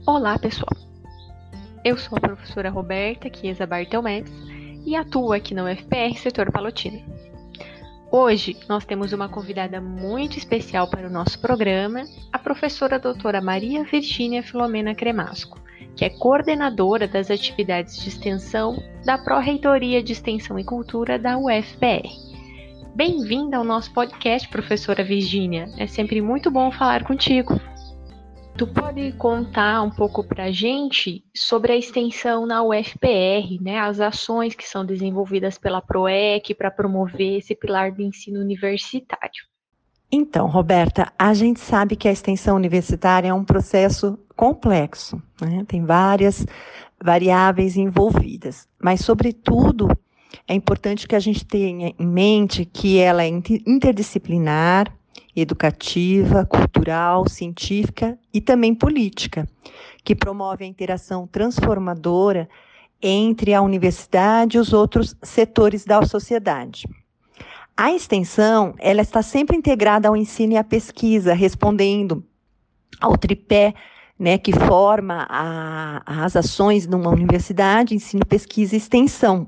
Olá, pessoal! Eu sou a professora Roberta Chiesa Bartelmedes e atuo aqui na UFPR, setor Palotina. Hoje, nós temos uma convidada muito especial para o nosso programa, a professora doutora Maria Virgínia Filomena Cremasco, que é coordenadora das atividades de extensão da Pró-Reitoria de Extensão e Cultura da UFPR. Bem-vinda ao nosso podcast, professora Virgínia. É sempre muito bom falar contigo. Tu pode contar um pouco para a gente sobre a extensão na UFPR, né? As ações que são desenvolvidas pela PROEC para promover esse pilar do ensino universitário. Então, Roberta, a gente sabe que a extensão universitária é um processo complexo, né? Tem várias variáveis envolvidas, mas, sobretudo, é importante que a gente tenha em mente que ela é interdisciplinar, educativa, cultural, científica e também política, que promove a interação transformadora entre a universidade e os outros setores da sociedade. A extensão, ela está sempre integrada ao ensino e à pesquisa, respondendo ao tripé, né, que forma as ações numa universidade, ensino, pesquisa e extensão,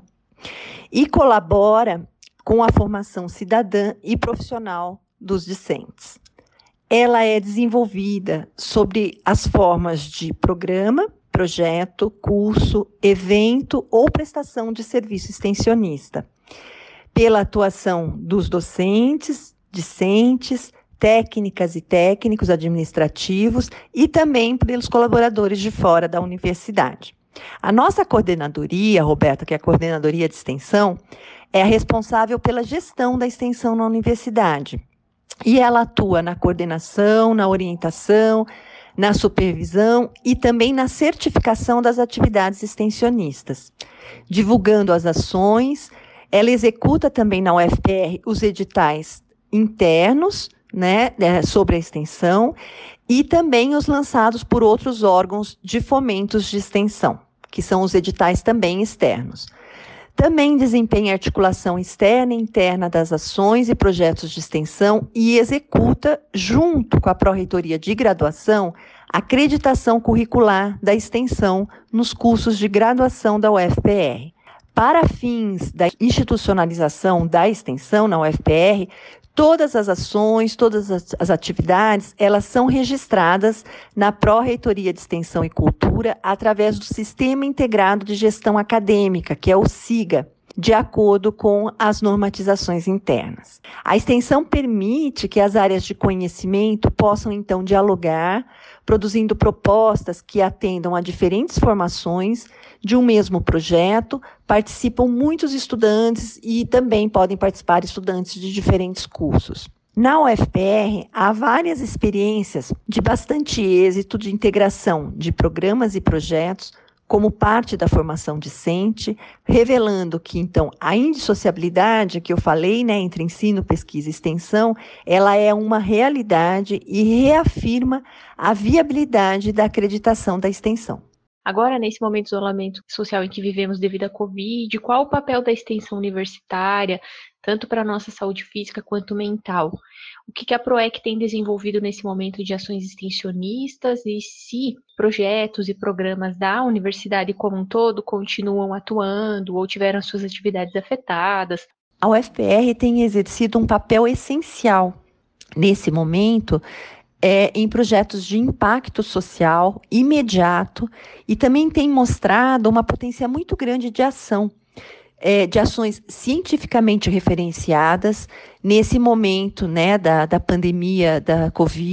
e colabora com a formação cidadã e profissional dos discentes. Ela é desenvolvida sobre as formas de programa, projeto, curso, evento ou prestação de serviço extensionista, pela atuação dos docentes, discentes, técnicas e técnicos administrativos e também pelos colaboradores de fora da universidade. A nossa coordenadoria, Roberta, que é a coordenadoria de extensão, é a responsável pela gestão da extensão na universidade. E ela atua na coordenação, na orientação, na supervisão e também na certificação das atividades extensionistas. Divulgando as ações, ela executa também na UFPR os editais internos, né, sobre a extensão, e também os lançados por outros órgãos de fomentos de extensão, que são os editais também externos. Também desempenha articulação externa e interna das ações e projetos de extensão e executa, junto com a Pró-Reitoria de Graduação, a acreditação curricular da extensão nos cursos de graduação da UFPR. Para fins da institucionalização da extensão na UFPR, todas as ações, todas as atividades, elas são registradas na Pró-Reitoria de Extensão e Cultura através do Sistema Integrado de Gestão Acadêmica, que é o SIGA, de acordo com as normatizações internas. A extensão permite que as áreas de conhecimento possam, então, dialogar, produzindo propostas que atendam a diferentes formações de um mesmo projeto. Participam muitos estudantes e também podem participar estudantes de diferentes cursos. Na UFPR, há várias experiências de bastante êxito de integração de programas e projetos como parte da formação discente, revelando que, então, a indissociabilidade que eu falei, né, entre ensino, pesquisa e extensão, ela é uma realidade e reafirma a viabilidade da acreditação da extensão. Agora, nesse momento de isolamento social em que vivemos devido à Covid, qual o papel da extensão universitária, tanto para a nossa saúde física quanto mental? O que a PROEC tem desenvolvido nesse momento de ações extensionistas e se projetos e programas da universidade como um todo continuam atuando ou tiveram suas atividades afetadas? A UFPR tem exercido um papel essencial nesse momento em projetos de impacto social imediato e também tem mostrado uma potência muito grande de ação, de ações cientificamente referenciadas nesse momento, né, da pandemia da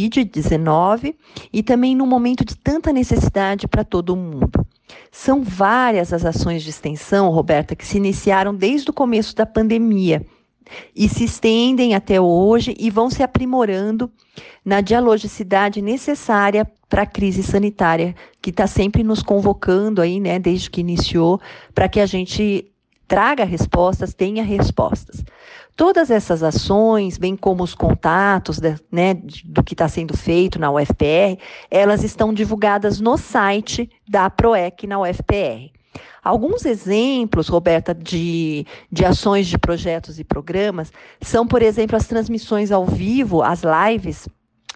Covid-19 e também num momento de tanta necessidade para todo mundo. São várias as ações de extensão, Roberta, que se iniciaram desde o começo da pandemia e se estendem até hoje e vão se aprimorando na dialogicidade necessária para a crise sanitária, que está sempre nos convocando aí, né, desde que iniciou, para que a gente traga respostas, tenha respostas. Todas essas ações, bem como os contatos, né, do que está sendo feito na UFPR, elas estão divulgadas no site da PROEC na UFPR. Alguns exemplos, Roberta, de ações de projetos e programas são, por exemplo, as transmissões ao vivo, as lives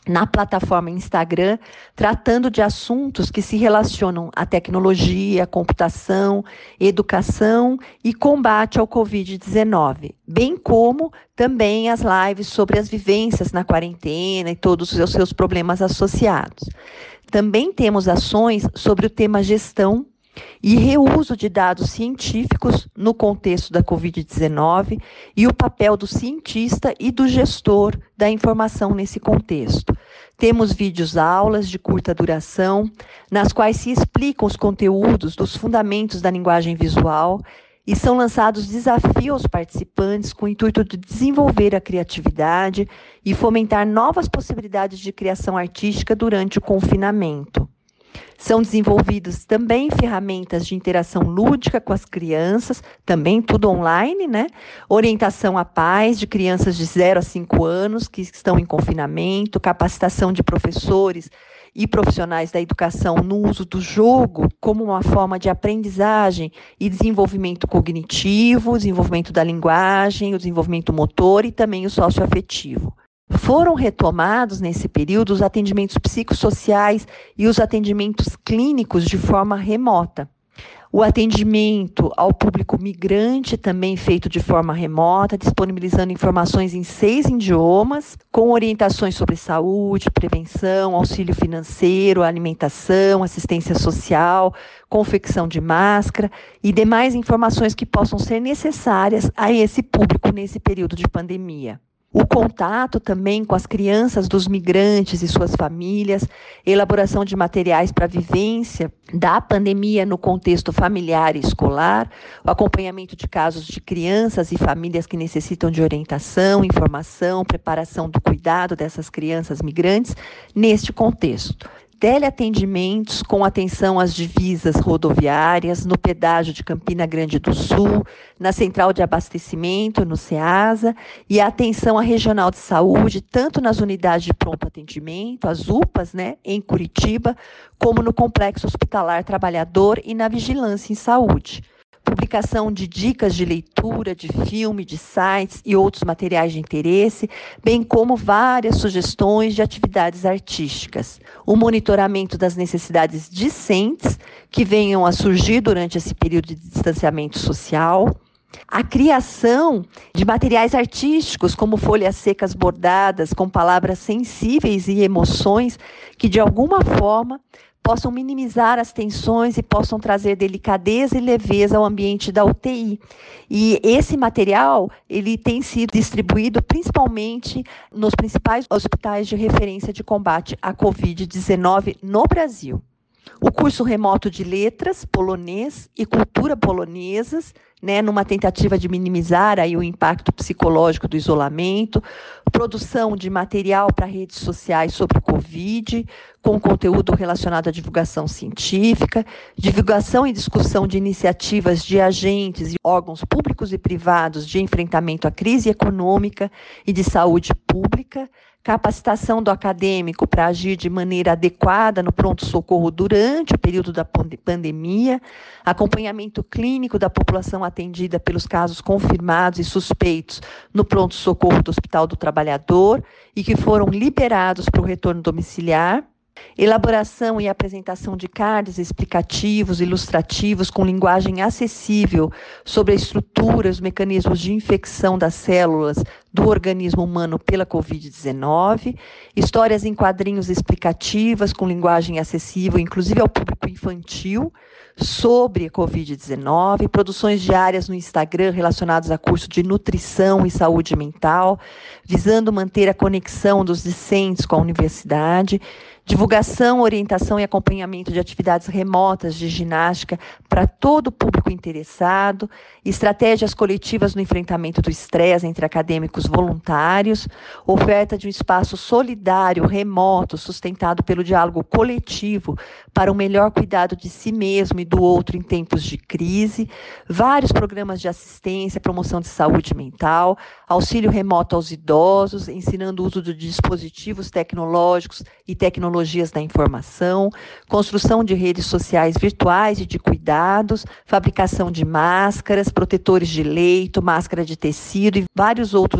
na plataforma Instagram, tratando de assuntos que se relacionam à tecnologia, computação, educação e combate ao Covid-19, bem como também as lives sobre as vivências na quarentena e todos os seus problemas associados. Também temos ações sobre o tema gestão e reuso de dados científicos no contexto da Covid-19 e o papel do cientista e do gestor da informação nesse contexto. Temos vídeos-aulas de curta duração, nas quais se explicam os conteúdos dos fundamentos da linguagem visual e são lançados desafios aos participantes com o intuito de desenvolver a criatividade e fomentar novas possibilidades de criação artística durante o confinamento. São desenvolvidas também ferramentas de interação lúdica com as crianças, também tudo online, né? Orientação à pais de crianças de 0 a 5 anos que estão em confinamento, capacitação de professores e profissionais da educação no uso do jogo como uma forma de aprendizagem e desenvolvimento cognitivo, desenvolvimento da linguagem, o desenvolvimento motor e também o socioafetivo. Foram retomados nesse período os atendimentos psicossociais e os atendimentos clínicos de forma remota. O atendimento ao público migrante também feito de forma remota, disponibilizando informações em 6 idiomas, com orientações sobre saúde, prevenção, auxílio financeiro, alimentação, assistência social, confecção de máscara e demais informações que possam ser necessárias a esse público nesse período de pandemia. O contato também com as crianças dos migrantes e suas famílias, elaboração de materiais para a vivência da pandemia no contexto familiar e escolar, o acompanhamento de casos de crianças e famílias que necessitam de orientação, informação, preparação do cuidado dessas crianças migrantes neste contexto. Teleatendimentos com atenção às divisas rodoviárias, no pedágio de Campina Grande do Sul, na central de abastecimento, no CEASA, e a atenção à regional de saúde, tanto nas unidades de pronto atendimento, as UPAs, né, em Curitiba, como no Complexo Hospitalar Trabalhador e na Vigilância em Saúde. Publicação de dicas de leitura, de filme, de sites e outros materiais de interesse, bem como várias sugestões de atividades artísticas. O monitoramento das necessidades discentes que venham a surgir durante esse período de distanciamento social. A criação de materiais artísticos, como folhas secas bordadas com palavras sensíveis e emoções que, de alguma forma, possam minimizar as tensões e possam trazer delicadeza e leveza ao ambiente da UTI. E esse material, ele tem sido distribuído principalmente nos principais hospitais de referência de combate à Covid-19 no Brasil. O curso remoto de letras, polonês e cultura polonesas, né, numa tentativa de minimizar aí o impacto psicológico do isolamento, produção de material para redes sociais sobre o Covid, com conteúdo relacionado à divulgação científica, divulgação e discussão de iniciativas de agentes e órgãos públicos e privados de enfrentamento à crise econômica e de saúde pública, capacitação do acadêmico para agir de maneira adequada no pronto-socorro durante o período da pandemia, acompanhamento clínico da população atendida pelos casos confirmados e suspeitos no pronto-socorro do Hospital do Trabalhador e que foram liberados para o retorno domiciliar, elaboração e apresentação de cards explicativos, ilustrativos, com linguagem acessível sobre a estrutura, os mecanismos de infecção das células do organismo humano pela Covid-19, histórias em quadrinhos explicativas, com linguagem acessível, inclusive ao público infantil, sobre a Covid-19, produções diárias no Instagram relacionadas a curso de nutrição e saúde mental, visando manter a conexão dos discentes com a universidade, divulgação, orientação e acompanhamento de atividades remotas de ginástica para todo o público interessado, estratégias coletivas no enfrentamento do estresse entre acadêmicos voluntários, oferta de um espaço solidário, remoto, sustentado pelo diálogo coletivo para o melhor cuidado de si mesmo e do outro em tempos de crise, vários programas de assistência, promoção de saúde mental, auxílio remoto aos idosos, ensinando o uso de dispositivos tecnológicos e tecnologias da informação, construção de redes sociais virtuais e de cuidados, fabricação de máscaras, protetores de leito, máscara de tecido e vários outros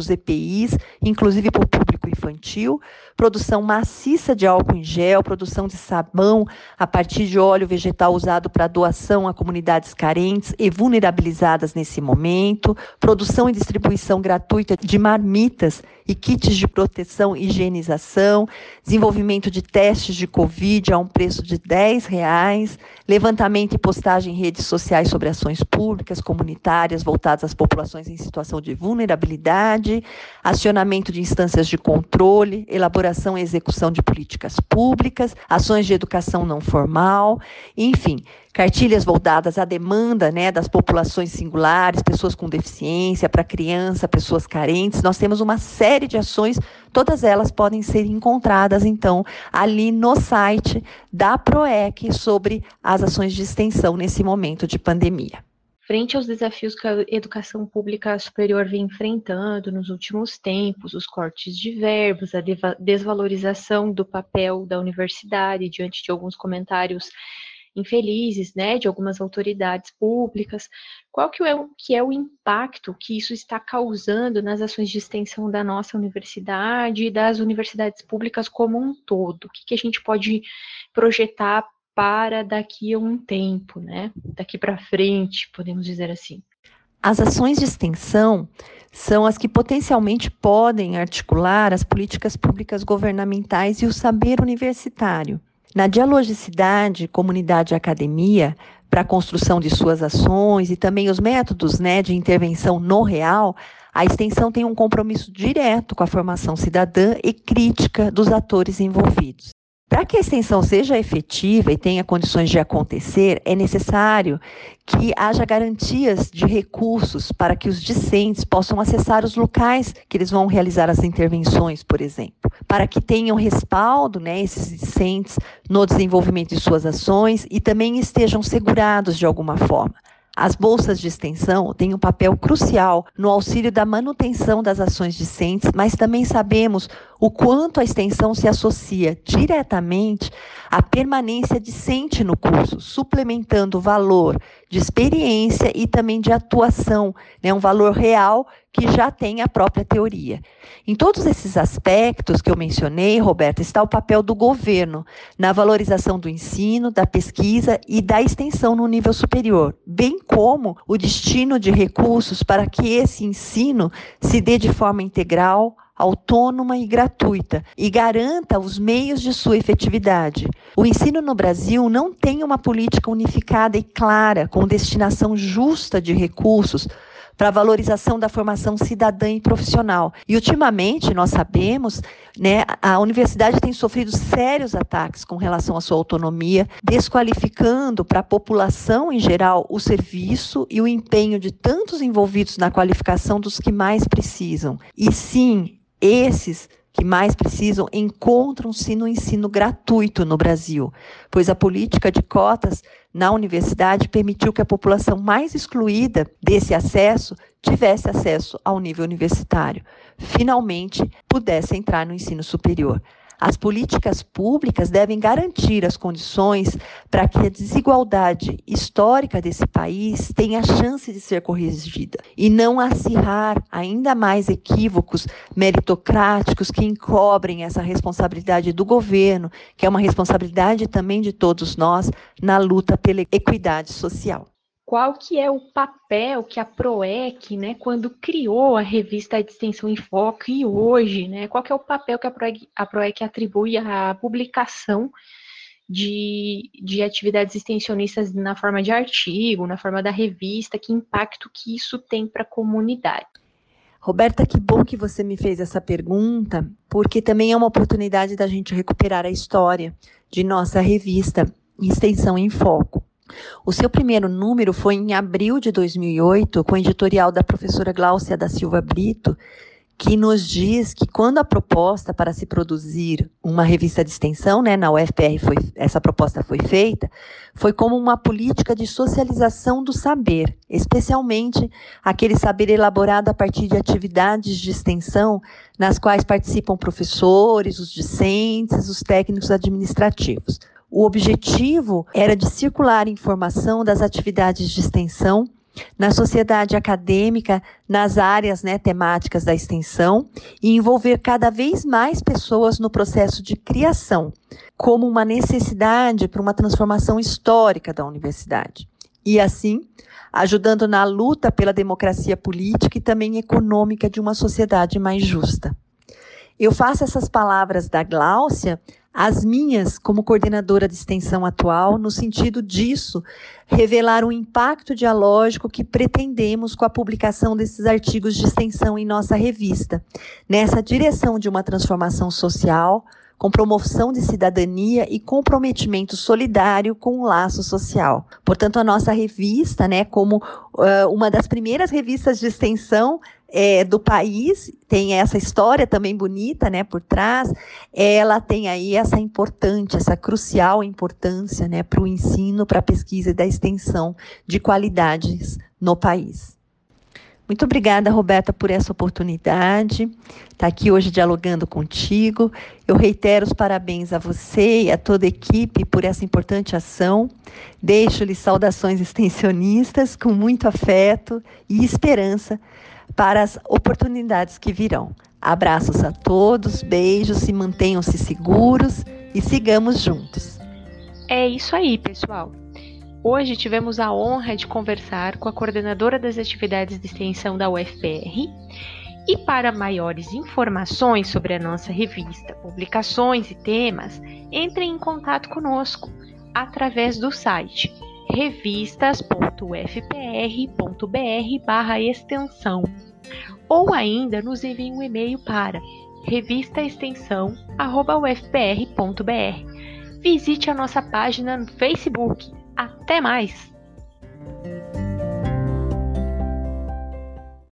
os EPIs, inclusive para o público infantil, produção maciça de álcool em gel, produção de sabão a partir de óleo vegetal usado para doação a comunidades carentes e vulnerabilizadas nesse momento, produção e distribuição gratuita de marmitas e kits de proteção e higienização, desenvolvimento de testes de Covid a um preço de R$10, levantamento e postagem em redes sociais sobre ações públicas, comunitárias, voltadas às populações em situação de vulnerabilidade, acionamento de instâncias de controle, elaboração e execução de políticas públicas, ações de educação não formal, enfim, cartilhas voltadas à demanda, das populações singulares, pessoas com deficiência, para criança, pessoas carentes. Nós temos uma série de ações, todas elas podem ser encontradas, então, ali no site da PROEC sobre as ações de extensão nesse momento de pandemia. Frente aos desafios que a educação pública superior vem enfrentando nos últimos tempos, os cortes de verbos, a desvalorização do papel da universidade diante de alguns comentários infelizes, de algumas autoridades públicas, qual que é o impacto que isso está causando nas ações de extensão da nossa universidade e das universidades públicas como um todo? O que a gente pode projetar para daqui a um tempo, daqui para frente, podemos dizer assim? As ações de extensão são as que potencialmente podem articular as políticas públicas governamentais e o saber universitário. Na dialogicidade, comunidade e academia, para a construção de suas ações e também os métodos de intervenção no real, a extensão tem um compromisso direto com a formação cidadã e crítica dos atores envolvidos. Para que a extensão seja efetiva e tenha condições de acontecer, é necessário que haja garantias de recursos para que os discentes possam acessar os locais que eles vão realizar as intervenções, por exemplo, para que tenham respaldo, esses discentes, no desenvolvimento de suas ações e também estejam segurados de alguma forma. As bolsas de extensão têm um papel crucial no auxílio da manutenção das ações discentes, mas também sabemos o quanto a extensão se associa diretamente à permanência discente no curso, suplementando o valor de experiência e também de atuação, um valor real que já tem a própria teoria. Em todos esses aspectos que eu mencionei, Roberta, está o papel do governo na valorização do ensino, da pesquisa e da extensão no nível superior, bem como o destino de recursos para que esse ensino se dê de forma integral, autônoma e gratuita e garanta os meios de sua efetividade. O ensino no Brasil não tem uma política unificada e clara, com destinação justa de recursos para a valorização da formação cidadã e profissional. E, ultimamente, nós sabemos, a universidade tem sofrido sérios ataques com relação à sua autonomia, desqualificando para a população em geral o serviço e o empenho de tantos envolvidos na qualificação dos que mais precisam. E sim, esses que mais precisam encontram-se no ensino gratuito no Brasil, pois a política de cotas na universidade permitiu que a população mais excluída desse acesso tivesse acesso ao nível universitário, finalmente pudesse entrar no ensino superior. As políticas públicas devem garantir as condições para que a desigualdade histórica desse país tenha a chance de ser corrigida e não acirrar ainda mais equívocos meritocráticos que encobrem essa responsabilidade do governo, que é uma responsabilidade também de todos nós na luta pela equidade social. Qual que é o papel que a PROEC, quando criou a revista de Extensão em Foco e hoje, qual que é o papel que a PROEC atribui à publicação de atividades extensionistas na forma de artigo, na forma da revista, que impacto que isso tem para a comunidade? Roberta, que bom que você me fez essa pergunta, porque também é uma oportunidade da gente recuperar a história de nossa revista Extensão em Foco. O seu primeiro número foi em abril de 2008, com o editorial da professora Gláucia da Silva Brito, que nos diz que quando a proposta para se produzir uma revista de extensão, na UFPR essa proposta foi feita, foi como uma política de socialização do saber, especialmente aquele saber elaborado a partir de atividades de extensão nas quais participam professores, os discentes, os técnicos administrativos. O objetivo era de circular informação das atividades de extensão na sociedade acadêmica, nas áreas, né, temáticas da extensão e envolver cada vez mais pessoas no processo de criação, como uma necessidade para uma transformação histórica da universidade. E assim, ajudando na luta pela democracia política e também econômica de uma sociedade mais justa. Eu faço essas palavras da Gláucia as minhas como coordenadora de extensão atual, no sentido disso, revelar o impacto dialógico que pretendemos com a publicação desses artigos de extensão em nossa revista, nessa direção de uma transformação social, com promoção de cidadania e comprometimento solidário com o laço social. Portanto, a nossa revista, né, como uma das primeiras revistas de extensão do país, tem essa história também bonita, né, por trás, ela tem aí essa crucial importância, né, para o ensino, para a pesquisa e da extensão de qualidades no país. Muito obrigada, Roberta, por essa oportunidade, estar aqui hoje dialogando contigo. Eu reitero os parabéns a você e a toda a equipe por essa importante ação. Deixo-lhe saudações extensionistas com muito afeto e esperança para as oportunidades que virão. Abraços a todos, beijos, mantenham-se seguros e sigamos juntos. É isso aí, pessoal. Hoje tivemos a honra de conversar com a coordenadora das atividades de extensão da UFPR e para maiores informações sobre a nossa revista, publicações e temas, entrem em contato conosco através do site revistas.ufpr.br/extensão ou ainda nos enviem um e-mail para revistaextensão@ufpr.br. Visite a nossa página no Facebook. Até mais!